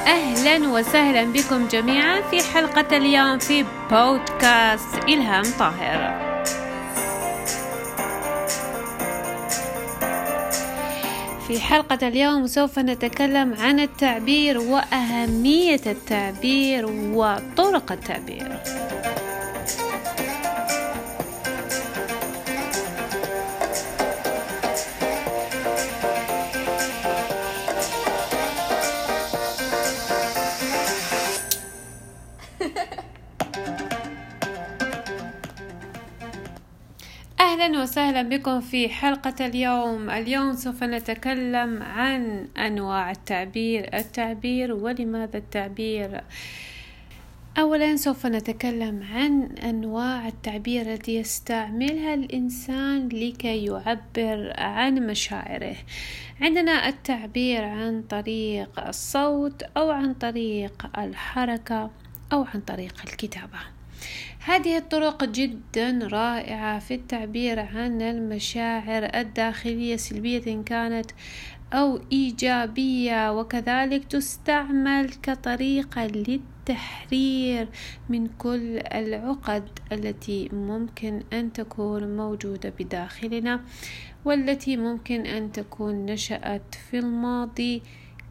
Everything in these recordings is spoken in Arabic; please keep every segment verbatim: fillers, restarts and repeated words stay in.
أهلا وسهلا بكم جميعا في حلقة اليوم في بودكاست إلهام طاهر. في حلقة اليوم سوف نتكلم عن التعبير وأهمية التعبير وطرق التعبير. أهلا وسهلا بكم في حلقة اليوم. اليوم سوف نتكلم عن أنواع التعبير التعبير ولماذا التعبير. أولا سوف نتكلم عن أنواع التعبير التي يستعملها الإنسان لكي يعبر عن مشاعره. عندنا التعبير عن طريق الصوت أو عن طريق الحركة أو عن طريق الكتابة. هذه الطرق جدا رائعة في التعبير عن المشاعر الداخلية سلبية إن كانت أو إيجابية، وكذلك تستعمل كطريقة للتحرير من كل العقد التي ممكن أن تكون موجودة بداخلنا والتي ممكن أن تكون نشأت في الماضي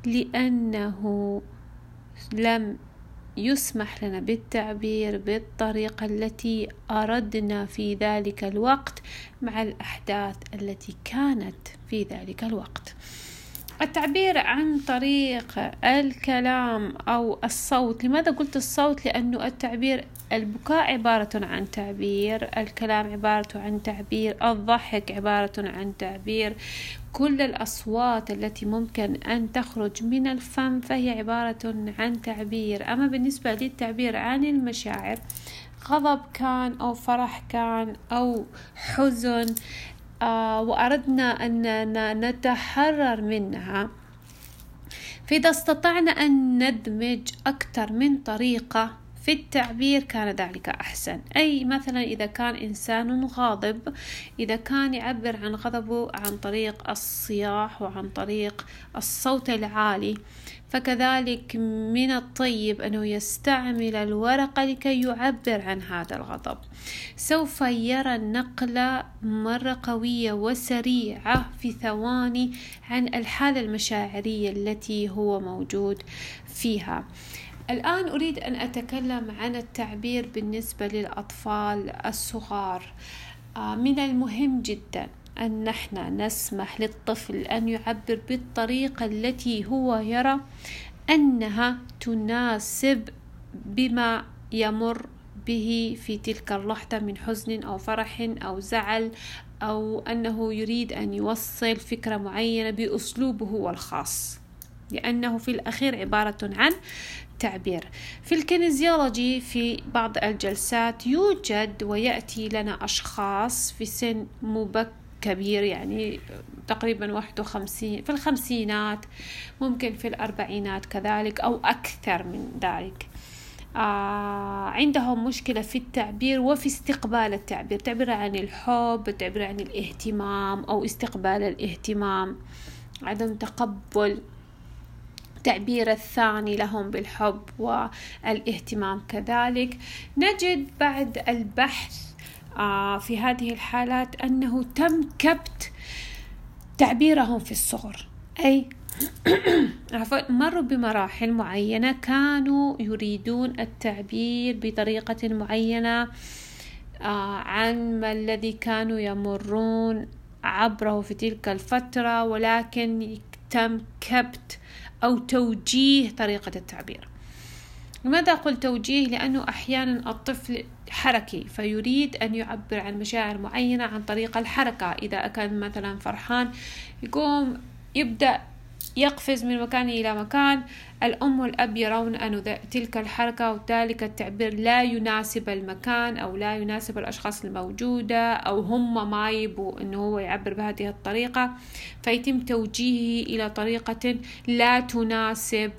لأنه لم يسمح لنا بالتعبير بالطريقة التي أردنا في ذلك الوقت مع الأحداث التي كانت في ذلك الوقت. التعبير عن طريق الكلام أو الصوت. لماذا قلت الصوت؟ لأنه التعبير البكاء عبارة عن تعبير، الكلام عبارة عن تعبير، الضحك عبارة عن تعبير، كل الأصوات التي ممكن أن تخرج من الفم فهي عبارة عن تعبير. أما بالنسبة للتعبير عن المشاعر، غضب كان أو فرح كان أو حزن آه وأردنا أن نتحرر منها، فإذا استطعنا أن ندمج أكثر من طريقة في التعبير كان ذلك أحسن. أي مثلا إذا كان إنسان غاضب، إذا كان يعبر عن غضبه عن طريق الصياح وعن طريق الصوت العالي، فكذلك من الطيب أنه يستعمل الورقة لكي يعبر عن هذا الغضب. سوف يرى النقلة مرة قوية وسريعة في ثواني عن الحالة المشاعرية التي هو موجود فيها. الآن أريد أن أتكلم عن التعبير بالنسبة للأطفال الصغار. من المهم جدا أن نحن نسمح للطفل أن يعبر بالطريقة التي هو يرى أنها تناسب بما يمر به في تلك اللحظة من حزن أو فرح أو زعل، أو أنه يريد أن يوصل فكرة معينة بأسلوبه الخاص، لأنه في الأخير عبارة عن تعبير. في الكينيزيولوجي في بعض الجلسات يوجد ويأتي لنا أشخاص في سن مبكر كبير، يعني تقريبا واحد وخمسين في الخمسينات، ممكن في الأربعينات كذلك أو أكثر من ذلك. آه عندهم مشكلة في التعبير وفي استقبال التعبير، تعبير عن الحب، تعبير عن الاهتمام أو استقبال الاهتمام، عدم تقبل تعبير الثاني لهم بالحب والاهتمام. كذلك نجد بعد البحث آه في هذه الحالات أنه تم كبت تعبيرهم في الصغر، أي مروا بمراحل معينة كانوا يريدون التعبير بطريقة معينة آه عن ما الذي كانوا يمرون عبره في تلك الفترة، ولكن تم كبت أو توجيه طريقة التعبير. لماذا أقول توجيه؟ لأنه أحيانا الطفل حركي فيريد أن يعبر عن مشاعر معينة عن طريق الحركة. إذا كان مثلا فرحان يقوم يبدأ يقفز من مكان إلى مكان، الأم والأب يرون أن تلك الحركة وذلك التعبير لا يناسب المكان أو لا يناسب الأشخاص الموجودة، أو هم ما يبوا أنه هو يعبر بهذه الطريقة، فيتم توجيهه إلى طريقة لا تناسب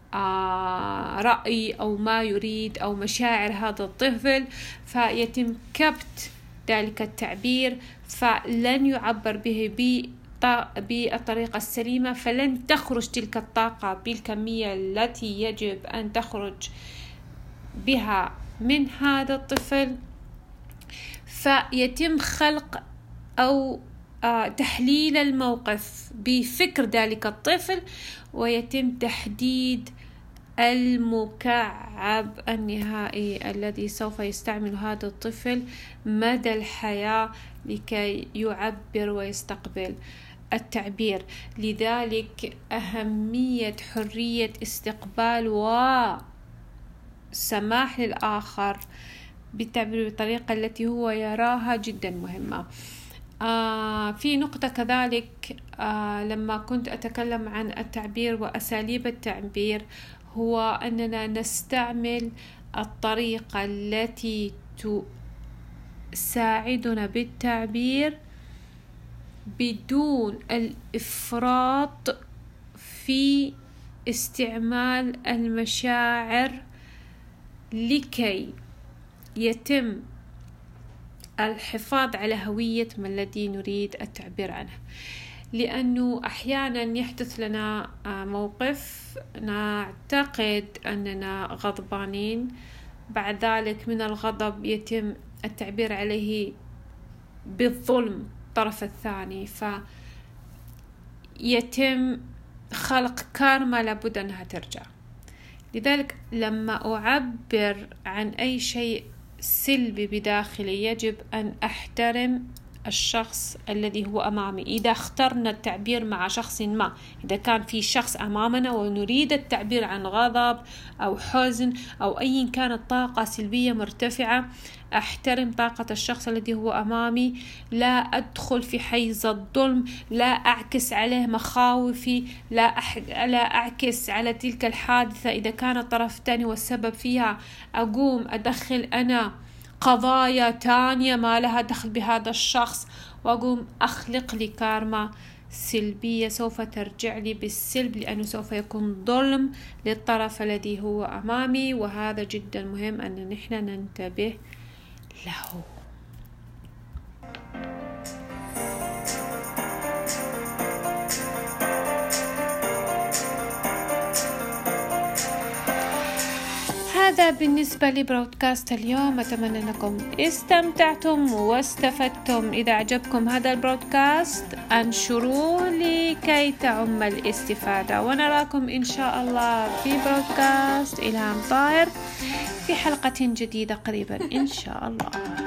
آه رأي أو ما يريد أو مشاعر هذا الطفل، فيتم كبت ذلك التعبير، فلن يعبر به بالطريقة السليمة، فلن تخرج تلك الطاقة بالكمية التي يجب أن تخرج بها من هذا الطفل. فيتم خلق أو تحليل الموقف بفكر ذلك الطفل، ويتم تحديد المكعب النهائي الذي سوف يستعمل هذا الطفل مدى الحياة لكي يعبر ويستقبل التعبير. لذلك أهمية حرية استقبال وسماح للآخر بالتعبير بالطريقة التي هو يراها جدا مهمة. آه في نقطة كذلك آه لما كنت أتكلم عن التعبير وأساليب التعبير، هو أننا نستعمل الطريقة التي تساعدنا بالتعبير بدون الإفراط في استعمال المشاعر لكي يتم الحفاظ على هوية ما الذي نريد التعبير عنه. لأنه أحيانا يحدث لنا موقف نعتقد أننا غضبانين، بعد ذلك من الغضب يتم التعبير عليه بالظلم الطرف الثاني، فيتم خلق كارما لابد أنها ترجع. لذلك لما أعبر عن أي شيء سلبي بداخلي يجب أن أحترم الشخص الذي هو أمامي. إذا اخترنا التعبير مع شخص ما، إذا كان في شخص أمامنا ونريد التعبير عن غضب أو حزن أو أي كانت طاقة سلبية مرتفعة، أحترم طاقة الشخص الذي هو أمامي، لا أدخل في حيز الظلم، لا أعكس عليه مخاوفي، لا, أح... لا أعكس على تلك الحادثة إذا كان الطرف الثاني والسبب فيها أقوم أدخل أنا قضايا تانية ما لها دخل بهذا الشخص، وأقوم أخلق لي كارما سلبية سوف ترجع لي بالسلب، لأنه سوف يكون ظلم للطرف الذي هو أمامي. وهذا جدا مهم أن نحن ننتبه له. هذا بالنسبة لبرودكاست اليوم. أتمنى أنكم استمتعتم واستفدتم. إذا عجبكم هذا البرودكاست انشروه لكي تعم الاستفادة، ونراكم إن شاء الله في برودكاست إلهام طاهر في حلقة جديدة قريبا إن شاء الله.